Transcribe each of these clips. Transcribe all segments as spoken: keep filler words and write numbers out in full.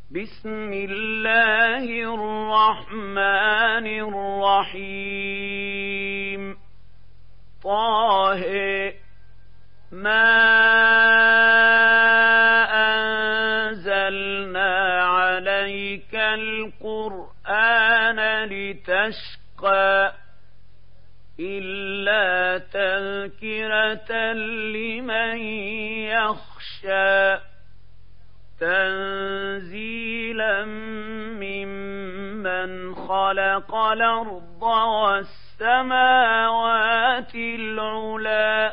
بسم الله الرحمن الرحيم طه ما أنزلنا عليك القرآن لتشقى إلا تذكرة لمن يخشى تنزيلا ممن خلق الأرض والسماوات العلى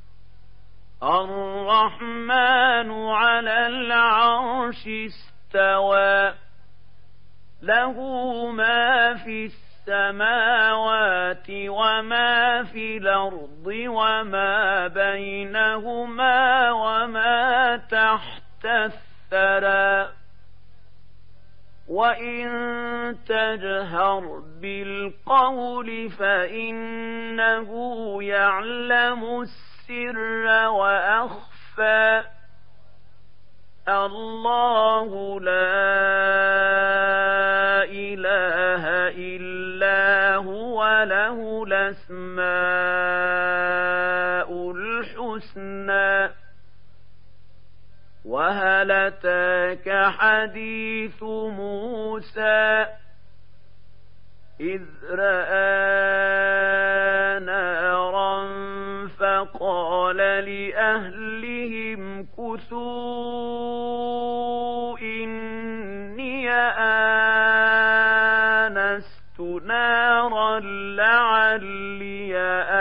الرحمن على العرش استوى له ما في السماوات وما في الأرض وما بينهما وما تحت الثرى وإن تجهر بالقول فإنه يعلم السر وأخفى الله لا إله إلا هو له الأسماء الحسنى وهل أتاك حديث موسى إذ رأى نارا فقال لأهلهم كثوا إني آنست نارا لعلي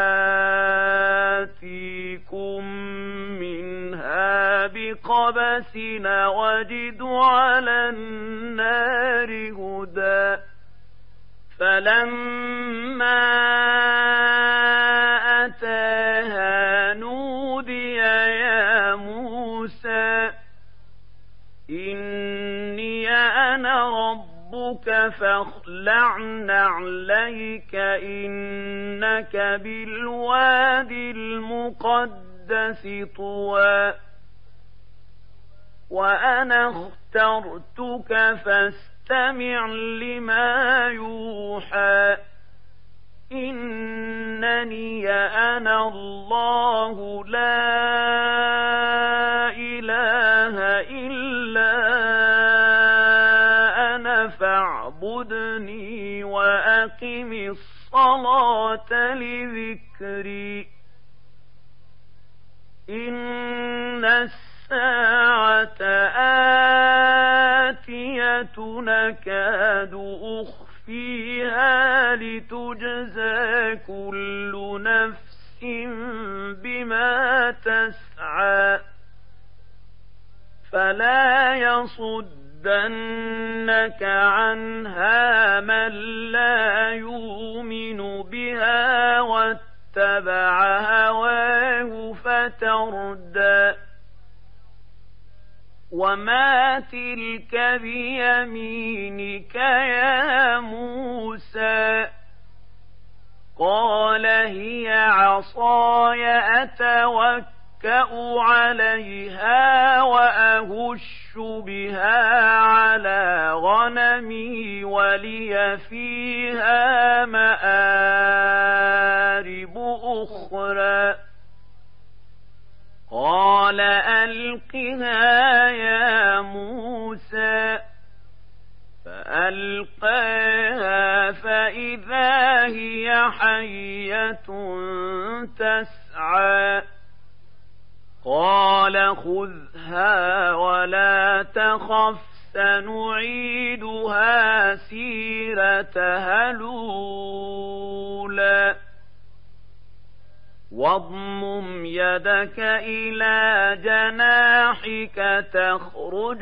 آتيكم منها بقبس وجد على النار هدى فلما أتاها نودي يا موسى إني أنا ربك فاخلع نعليك إنك بالوادي المقدس طوى وأنا اخترتك فاستمع لما يوحى إنني أنا الله لا إله إلا أنا فاعبدني وأقم الصلاة لذكري إن الساعة آتية نكاد أخفيها لتجزى كل نفس بما تسعى فلا يصدنك عنها من لا يؤمن بها واتبع هواه فتردى وما تلك بيمينك يا موسى قال هي عصاي أتوكأ عليها وأهش بها على غنمي ولي فيها مآرب أخرى قال ألقها يا موسى فألقاها فإذا هي حية تسعى قال خذها ولا تخف سنعيدها سيرتها الأولى واضمم يدك إلى جناحك تخرج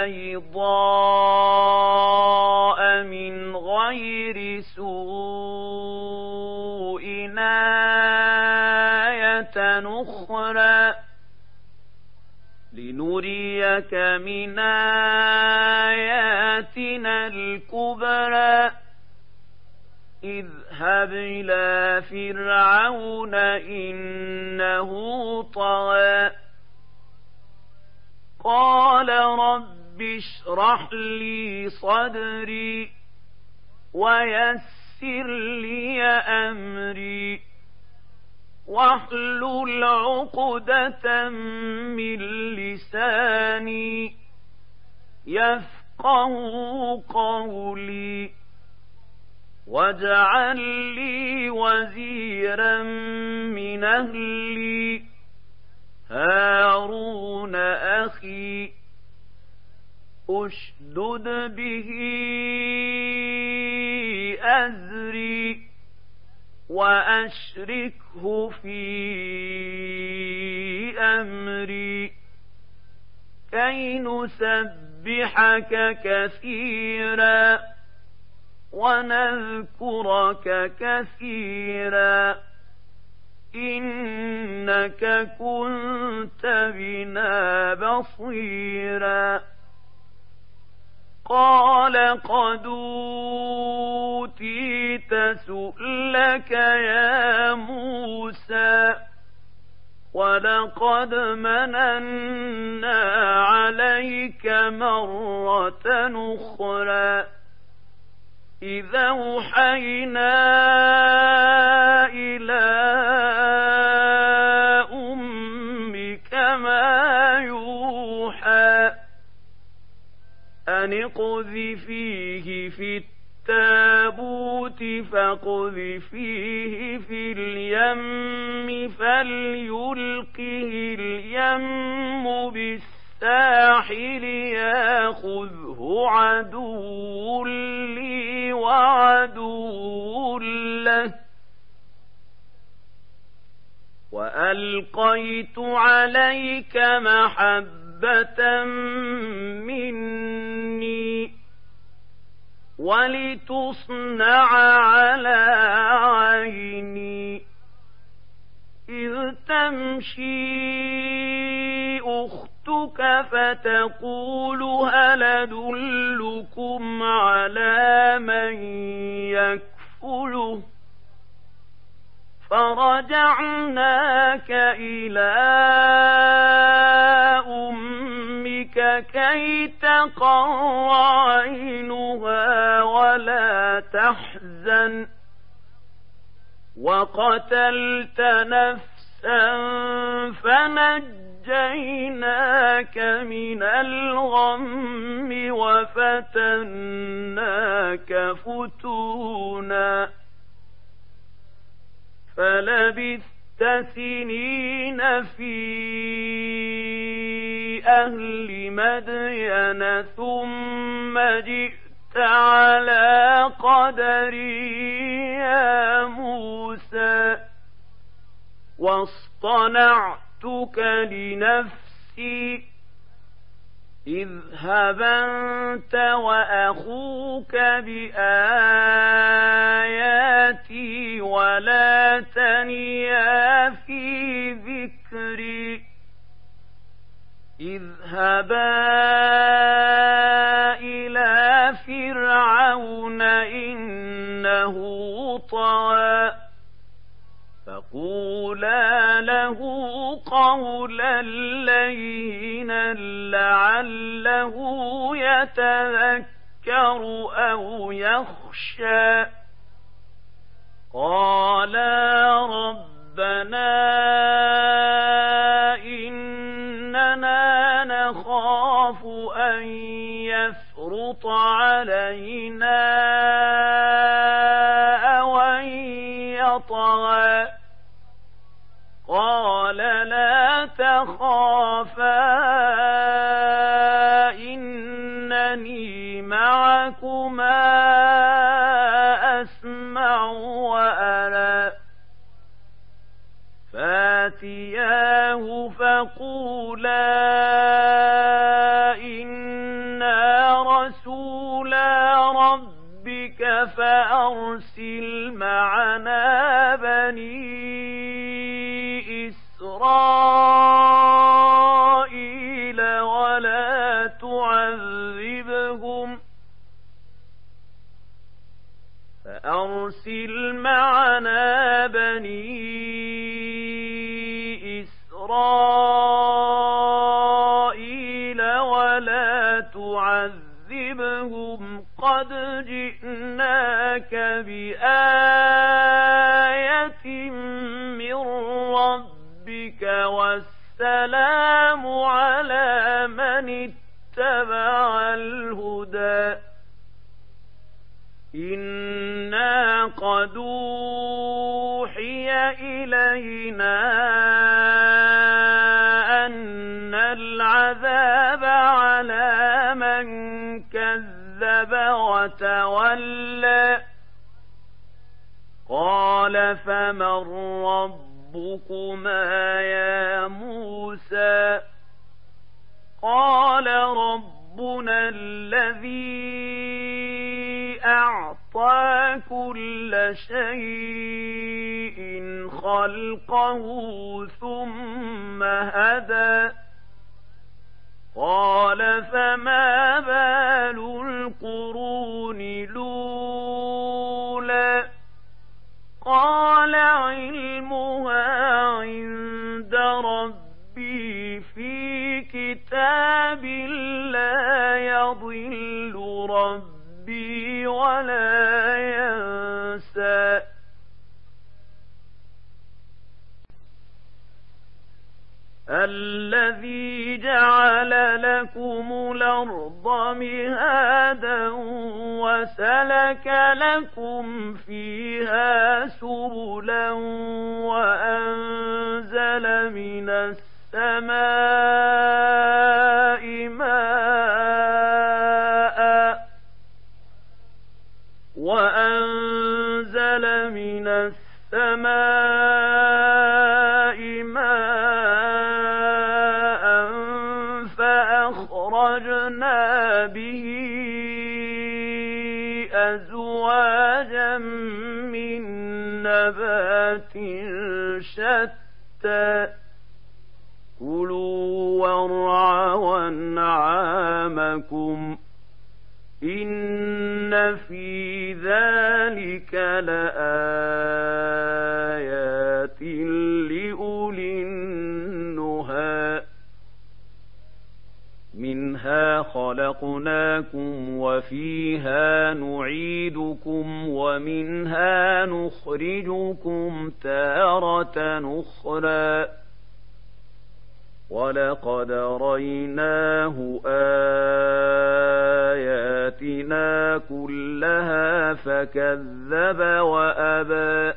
بيضاء من غير سوء آية أخرى لنريك من آياتنا الكبرى اذهب إلى فرعون إنه طغى قال رب رب اشرح لي صدري ويسر لي أمري واحلل عقدة من لساني يفقهوا قولي واجعل لي وزيرا من أهلي هارون أخي أشدد به أزري وأشركه في أمري كي نسبحك كثيرا ونذكرك كثيرا إنك كنت بنا بصيرا قال قد أوتيت سؤلك يا موسى ولقد مننا عليك مرة أخرى إذا أوحينا إلى أمك ما يوحى أن اقذفيه في التابوت فاقذفيه في اليم فليلقه اليم بالساحل ياخذه عدو لي وعدو له وألقيت عليك محبة مني ولتصنع على عيني إذ تمشي أختك فتقول هل أدلكم على من يكفله فرجعناك إلى أمك كي تقر عينها ولا تحزن وقتلت نفسا فنجيناك من الغم وفتناك فتونا فلبثت سنين في أهل مدين ثم جئت على قدري يا موسى واصطنعتك لنفسي اذهب أنت وأخوك بآياتي ولا تنيا في ذكري اذهبا إلى فرعون إنه طغى فقولا له قولا لينا لعله يتذكر أو يخشى قالا ربنا إننا نخاف أن يفرط علينا أو أن يطغى قال لا تخافا إنني معكما أسمع وأرى فاتياه فقولا إنا رسولا ربك فأرسل معنا بني إسرائيل ولا تعذبهم تعذبهم قد جئناك بآية من ربك والسلام على من اتبع الهدى إنا قد أوحي إلينا أن العذاب على من كذب وتولى قال فمن ربكما يا موسى قال ربنا الذي أعطى كل شيء خلقه ثم هدى قال فما بال القرون الأولى قال علمها عند ربي في كتاب لا يضل ربي ولا ينسى الذي جعل لكم الأرض مهادا وسلك لكم فيها سبلا وأنزل من السماء ماء وأنزل من السماء ماء فأخرجنا به أزواجا من نبات شتى كلوا وارعوا أنعامكم إن في ذلك لآيات لأولي النهى منها خلقناكم وفيها نعيدكم ومنها نخرجكم تارة أخرى ولقد ريناه آياتنا كلها فكذب وأبى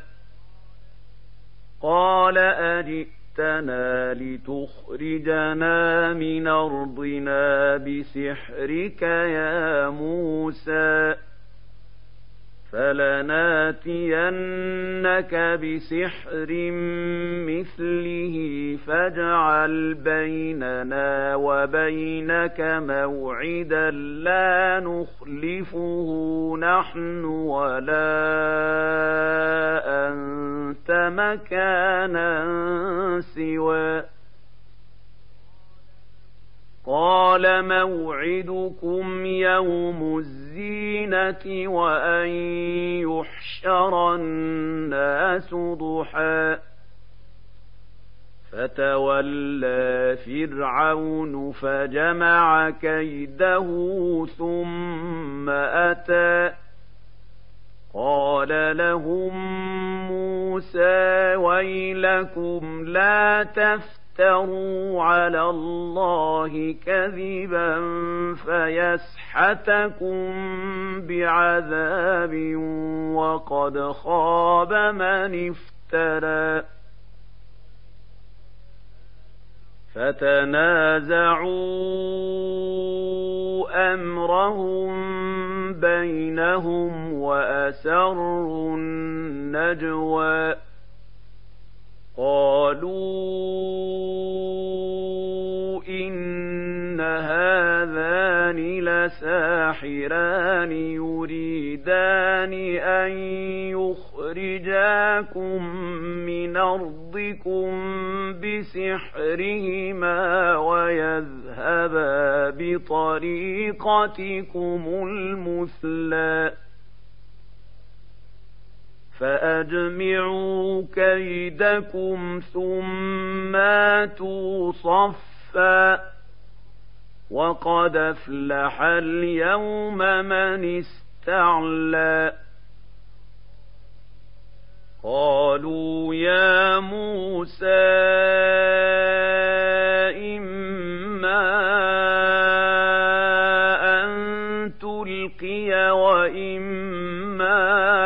قال أجئتنا لتخرجنا من أرضنا بسحرك يا موسى فلناتينك بسحر مثله فاجعل بيننا وبينك موعدا لا نخلفه نحن ولا أنت مكانا سوى قال موعدكم يوم الزينة وأن يحشر الناس ضحى فتولى فرعون فجمع كيده ثم أتى قال لهم موسى ويلكم لا تفتروا افتروا على الله كذبا فيسحتكم بعذاب وقد خاب من افترى فتنازعوا أمرهم بينهم وأسروا النجوى قالوا إن هذان لساحران يريدان أن يخرجاكم من أرضكم بسحرهما ويذهبا بطريقتكم المثلى فأجمعوا كيدكم ثم آتوا صفا وقد أفلح اليوم من استعلى قالوا يا موسى إما أن تلقي وإما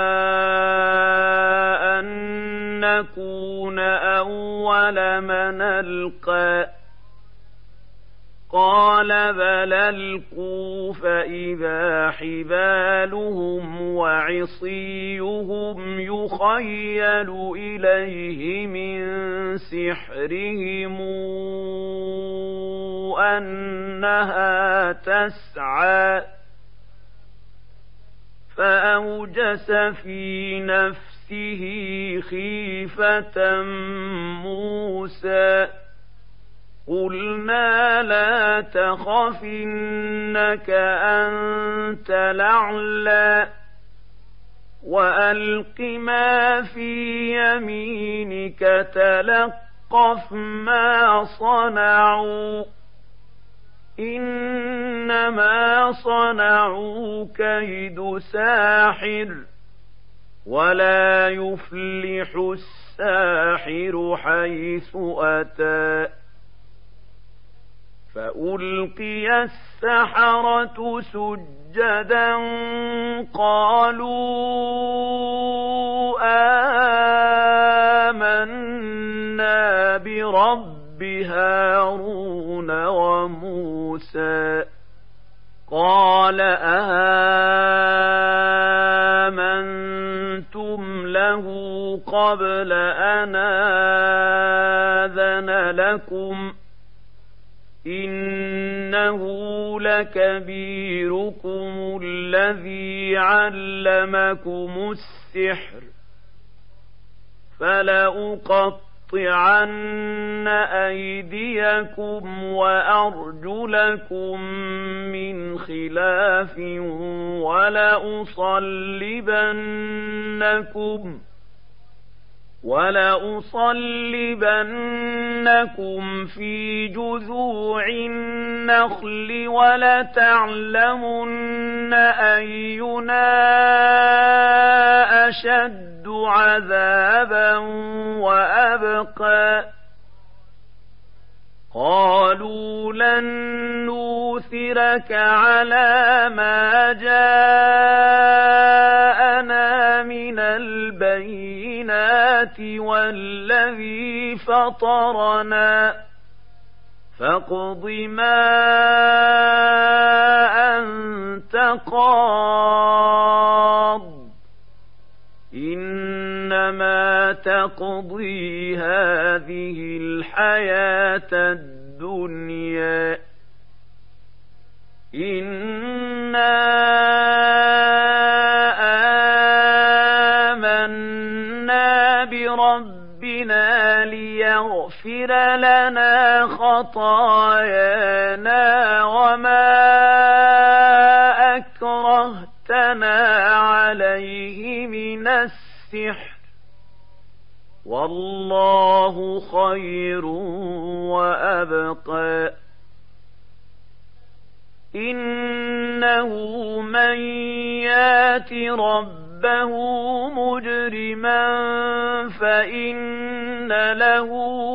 أن نكون أول من ألقى قال بل ألقوا فإذا حبالهم وعصيهم يخيل إليه من سحرهم أنها تسعى فأوجس في نفسه خيفة موسى قلنا لا تخف إنك أنت الأعلى وألق ما في يمينك تلقف ما صنعوا إنما صنعوا كيد ساحر ولا يفلح الساحر حيث أتى فألقي السحرة سجدا قالوا آمنا برب هارون وموسى قال آمنتم له قبل أن آذن لكم إنه لكبيركم الذي علمكم السحر فلأقطعن أيديكم وأرجلكم من خلاف ولأصلبنكم ولأصلبنكم في جذوع النخل ولتعلمن أينا أشد عذابا وأبقى قالوا لن نوثرك على ما جاءنا من البينات والذي فطرنا فاقض ما أنت قاض إنما تقضي هذه الحياة الدنيا إنا آمنا بربنا ليغفر لنا خطايانا وما أكرهتنا عليه من السحر والله خير وأبقى إنه من يات ربه مجرما فإن له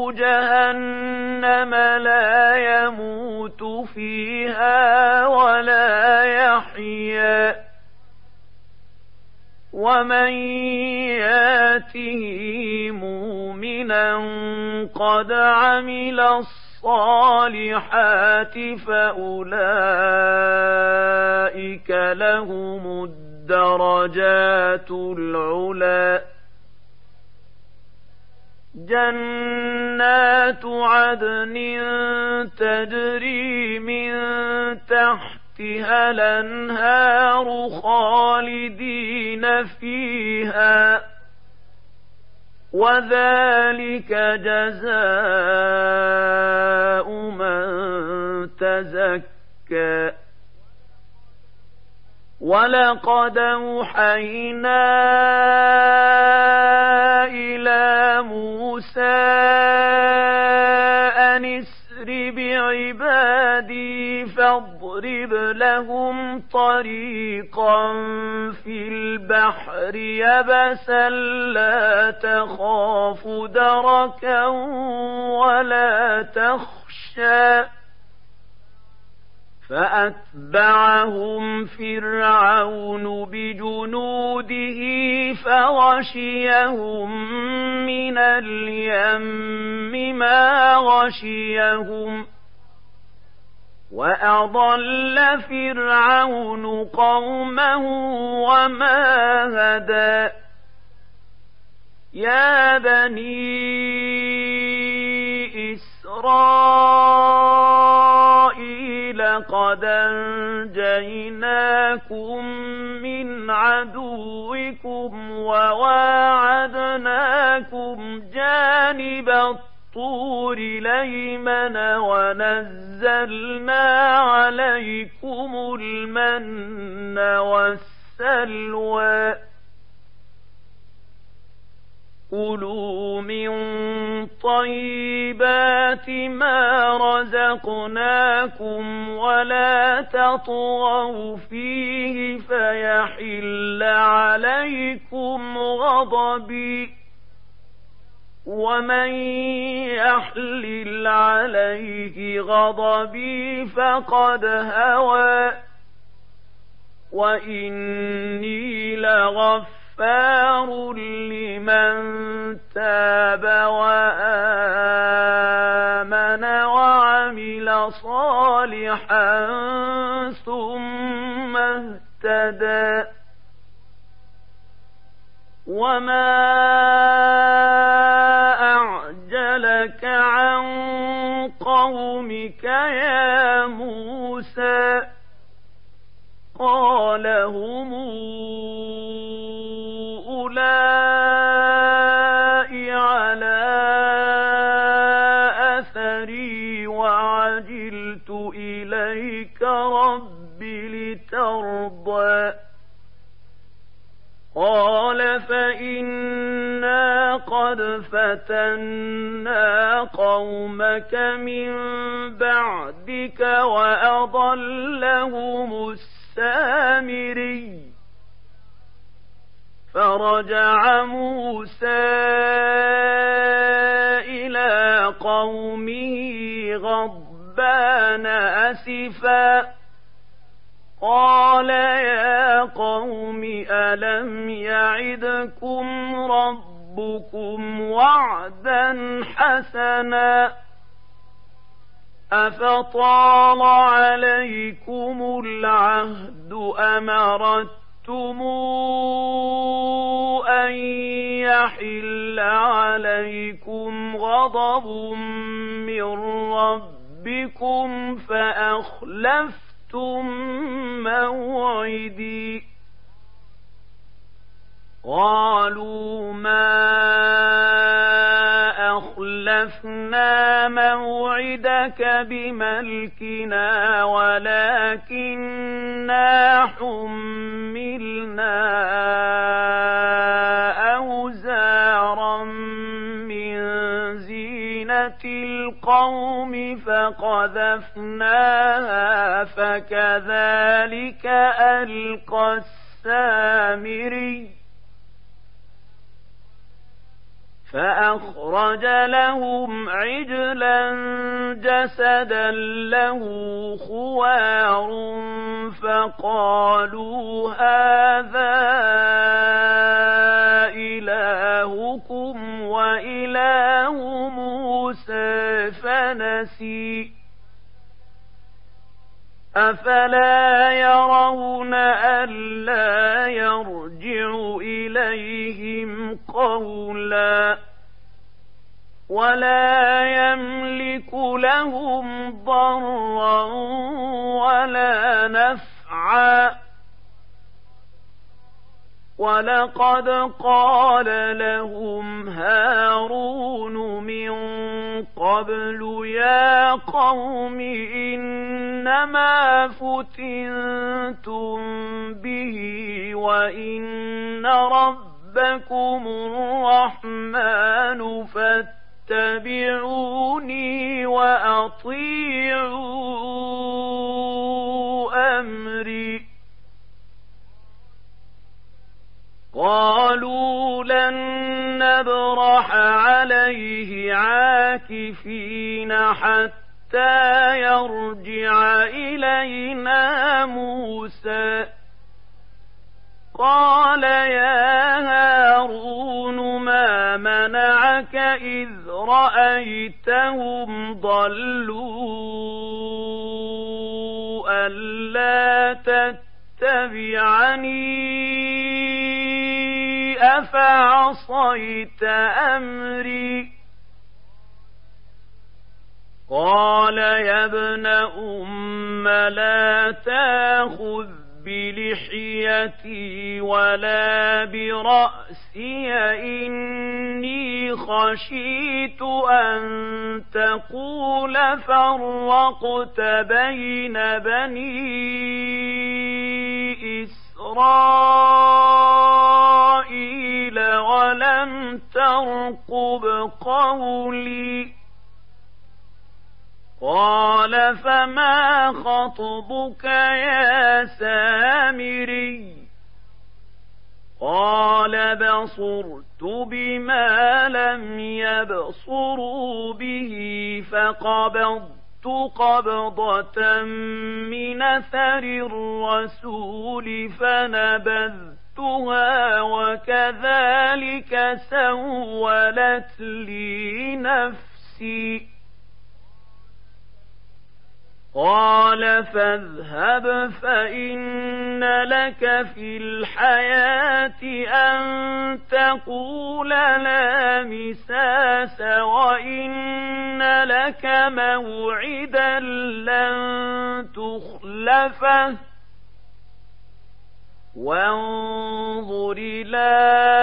جهنم لا يموت فيها ولا يحيا ومن ياته مؤمنا قد عمل الصالحات فأولئك لهم الدرجات العلى جنات عدن تجري من تحتها الأنهار خالدين فيها وذلك جزاء من تزكى ولقد أوحينا إلى موسى أن اسر بعبادي لهم طريقا في البحر يبسا لا تخاف دركا ولا تخشى فأتبعهم فرعون بجنوده فغشيهم من اليم ما غشيهم وأضل فرعون قومه وما هدى يا بني إسرائيل قد أنجيناكم من عدوكم وواعدناكم جانب الطور الأيمن ونزلنا عليكم المن والسلوى كلوا من طيبات ما رزقناكم ولا تطغوا فيه فيحل عليكم غضبي ومن يحلل عليه غضبي فقد هوى وإني لغفار لمن تاب وآمن وعمل صالحا ثم اهتدى وما أعجلك عن قومك يا موسى قال هم أولئك على أثري وعجلت إليك رب لترضى قال فإنا قد فتنا قومك من بعدك وأضلهم السامري فرجع موسى إلى قومه غضبان أسفا قال يا قوم ألم يعدكم ربكم وعدا حسنا أفطال عليكم العهد أم أردتم أن يحل عليكم غضب من ربكم فأخلفتم موعدي قالوا ما أخلفنا موعدك بملكنا ولكننا حملنا أوزارا من زينة القوم فقذفناها فكذلك ألقى السامري فأخرج لهم عجلا جسدا له خوار فقالوا هذا إلهكم وإله موسى فنسي أفلا يرون ألا يرجع إليهم قولا ولا يملك لهم ضرا ولا نفعا ولقد قال لهم هارون من قبل يا قوم إنما فتنتم به وإن ربكم الرحمن فاتبعوني وأطيعوا قالوا لن نبرح عليه عاكفين حتى يرجع إلينا موسى قال يا هارون ما منعك إذ رأيتهم ضلوا ألا تتبعني أفعصيت أمري قال يا ابن أم لا تأخذ بلحيتي ولا برأسي إني خشيت أن تقول فرقت بين بني إسرائيل ولم ترقب قولي قال فما خطبك يا سامري قال بصرت بما لم يبصروا به فقبضت قبضة من أثر الرسول فنبذتها وكذلك سولت لي نفسي قال فاذهب فإن لك في الحياة أن تقول لا مساس وإن لك موعدا لن تخلفه وانظر إلى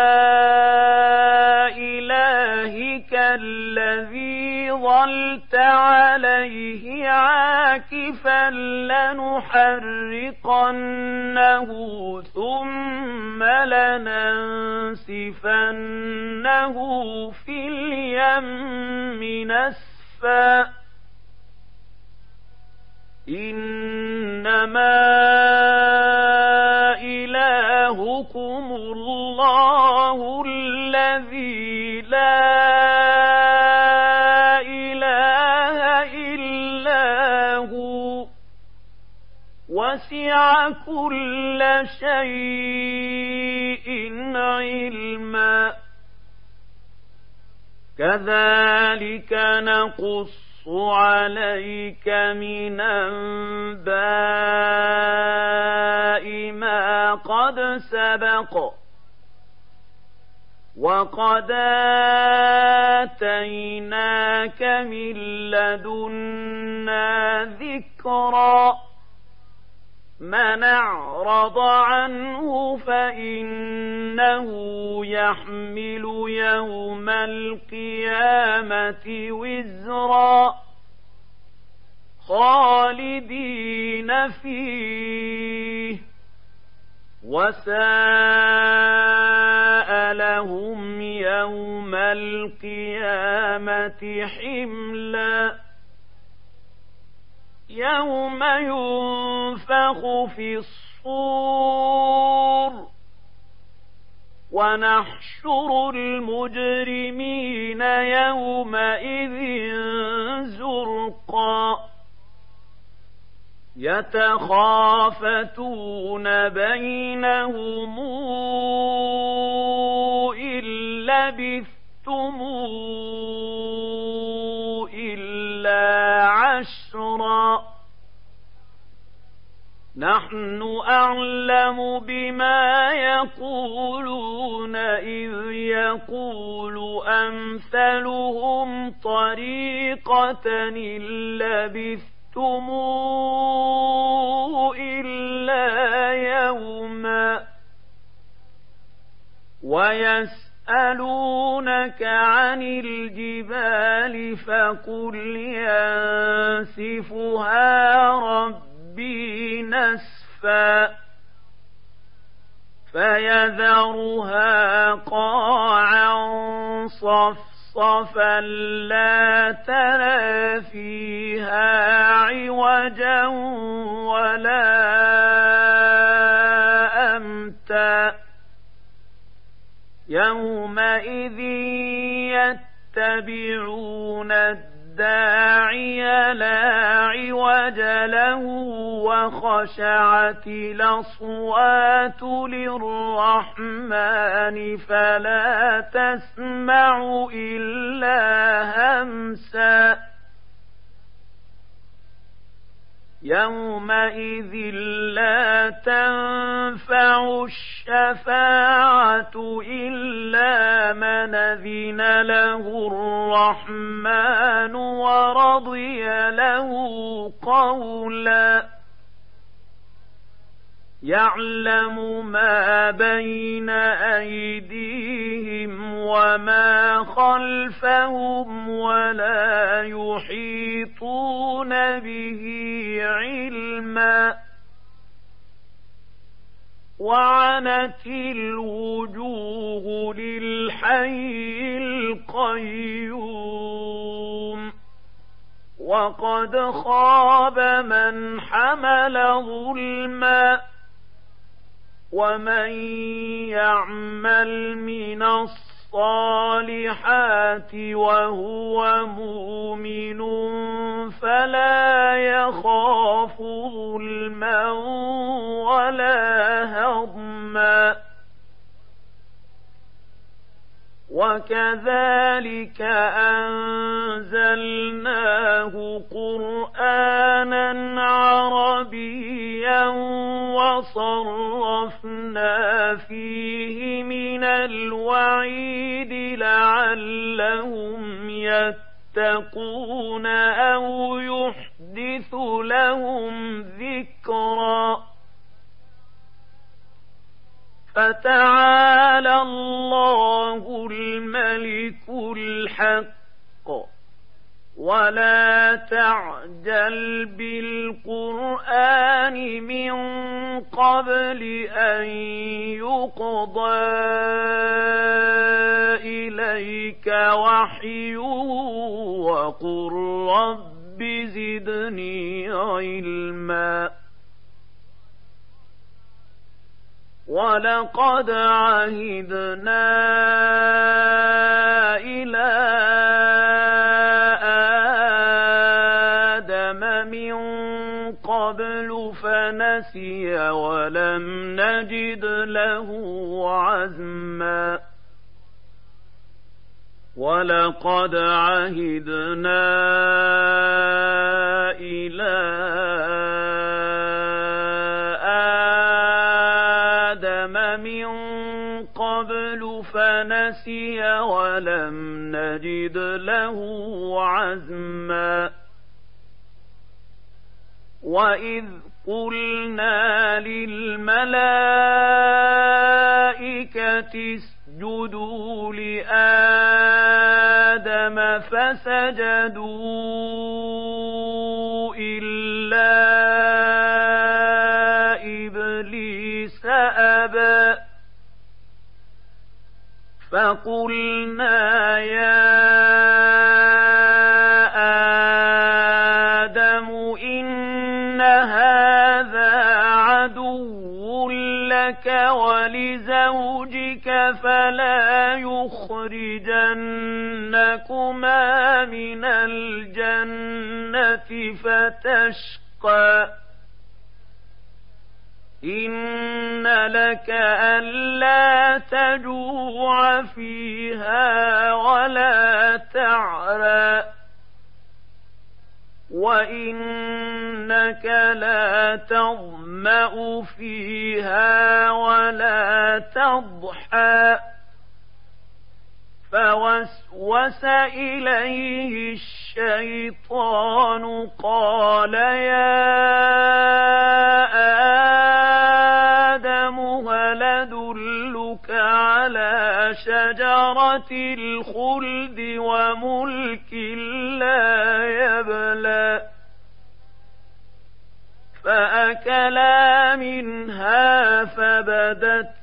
إلهك الذي ظلت عليه عاكفا لنحرقنه ثم لننسفنه في اليم نسفا إنما إلهكم الله الذي لا إله إلا هو وسع كل شيء علما كذلك نقص عليك من أنباء ما قد سبق وقد آتيناك من لدنا ذكرا من أعرض عنه فإنه يحمل يوم القيامة وزرا خالدين فيه وساء لهم يوم القيامة حملا يوم ينفخ في الصور ونحشر المجرمين يومئذ زرقا يتخافتون بينهم إن لبثتم إلا عشرا نحن أعلم بما يقولون إذ يقول أمثلهم طريقة إن لبثتم إلا يوما ويسألونك عن الجبال فقل ينسفها ربي نسفا فيذرها قاعا صفصفا صفصفا لا ترى فيها عوجا ولا أمتا يومئذ يتبعون الداعي لا عوج له وخشعت الأصوات للرحمن فلا تسمع إلا همسا يومئذ لا تنفع الشفاعة إلا من أذن له الرحمن ورضي له قولا يعلم ما بين أيديهم وما خلفهم ولا يحيطون به علما وعنت الوجوه للحي القيوم وقد خاب من حمل ظلما ومن يعمل من الصالحات وهو مؤمن فلا يخاف ظلما ولا هضما وكذلك أنزلناه قرآنا عربيا وصرفنا فيه من الوعيد لعلهم يتقون أو يحدث لهم ذكرا فتعالى الله الملك الحق ولا تعجل بالقرآن من قبل أن يقضى إليك وحيه وقل رب زدني علما ولقد عهدنا إلى آدم من قبل فنسي ولم نجد له عزما ولقد عهدنا إلى من قبل فنسي ولم نجد له عزما وإذ قلنا للملائكة اسجدوا لآدم فسجدوا إلا إبليس أبى فقلنا يا آدم إن هذا عدو لك ولزوجك فلا يخرجنكما من الجنة فتشقى إن لك ألا تجوع فيها ولا تعرى وإنك لا تظمأ فيها ولا تضحى فوسوس إليه الشيطان قال يا آدم هل أدلك على شجرة الخلد وملك لا يبلى فأكلا منها فبدت فبدت لهما سوآتهما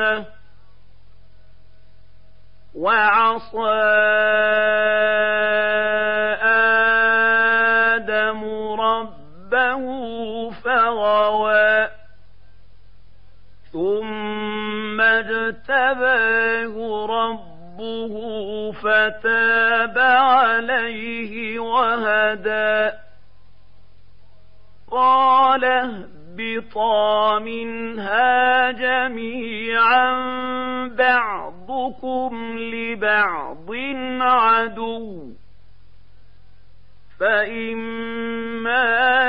يعصونه وعصى آدم ربه فغوى ثم اجتباه ربه فتاب عليه وهدى قال اهبطا منها جميعا بعضكم لبعض عدو فإما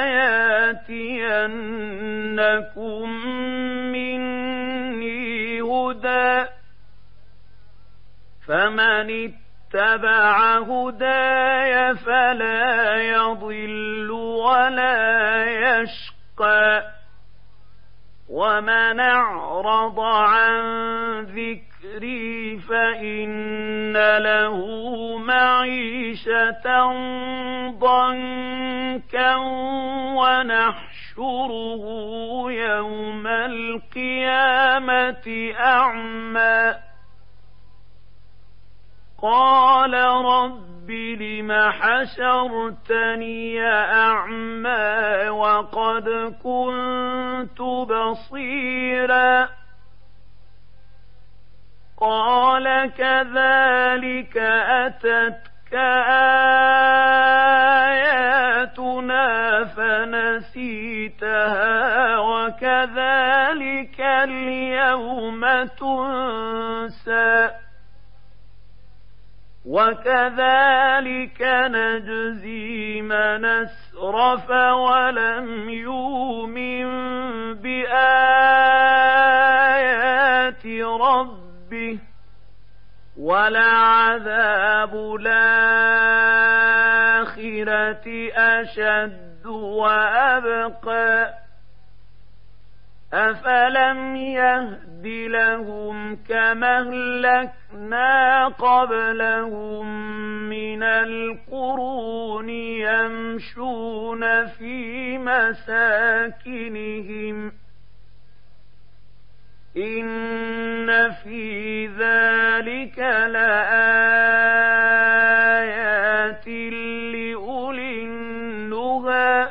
ياتينكم مني هدى فمن اتبع هداي فلا يضل ولا يشقى ومن أعرض عن ذكري فإن له معيشة ضنكا ونحشره يوم القيامة أعمى قال رب لم حشرتني أعمى وقد كنت بصيرا قال كذلك أتتك آياتنا فنسيتها وكذلك اليوم تنسى وكذلك نجزي من أسرف ولم يؤمن بآيات ربه ولعذاب الآخرة أشد وأبقى أفلم يهد لهم كما أهلكنا قبلهم من القرون يمشون في مساكنهم إن في ذلك لآيات لأولي النهى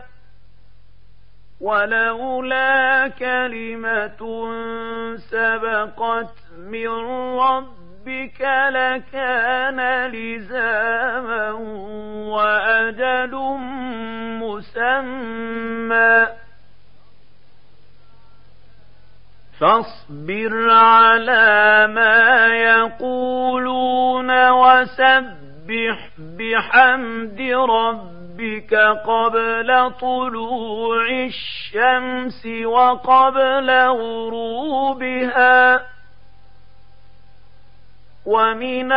ولولا كلمة سبقت من ربك لكان لزاما وأجل مسمى فاصبر على ما يقولون وسبح بحمد ربك قبل طلوع الشمس وقبل غروبها ومن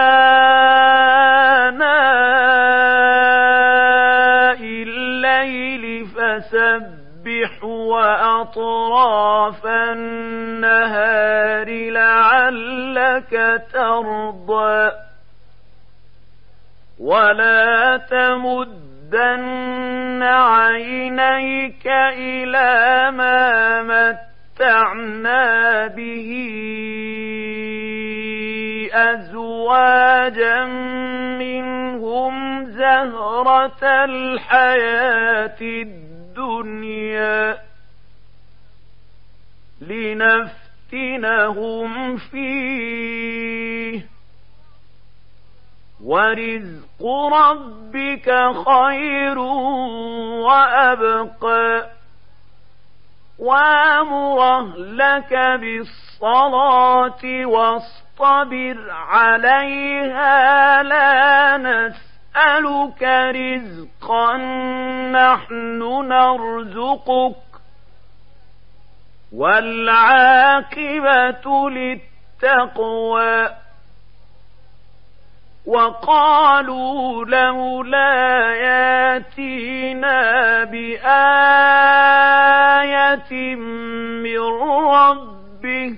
آناء الليل فسبح وأطراف النهار لعلك ترضى ولا تمدن عينيك إلى ما متعنا به أزواجا منهم زهرة الحياة الدنيا لنفتنهم فيه ورزق ربك خير وأبقى وأمر أهلك بالصلاة واصطبر عليها لا نسألك رزقا نحن نرزقك والعاقبة للتقوى وقالوا لولا ياتينا بآية من ربه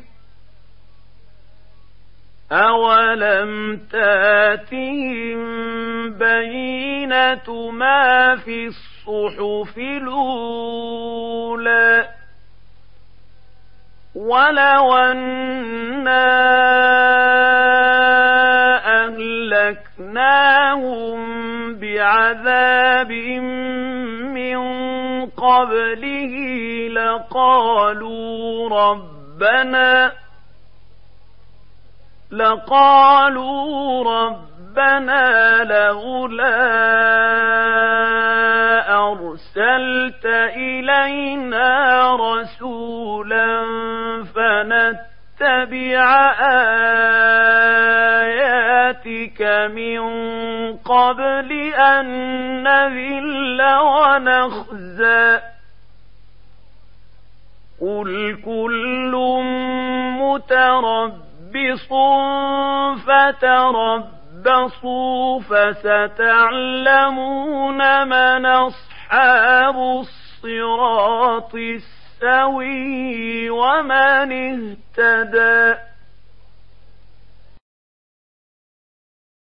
أولم تاتهم بينة ما في الصحف الأولى ولو أنا أهلكناهم بعذاب من قبله لقالوا ربنا لقالوا ربنا لولا أرسلت إلينا رسولا فنتبع آياتك من قبل أن نذل ونخزى قل كل متربص فتربصوا فستعلمون من أصحاب الصراط السوي ومن اهتدى.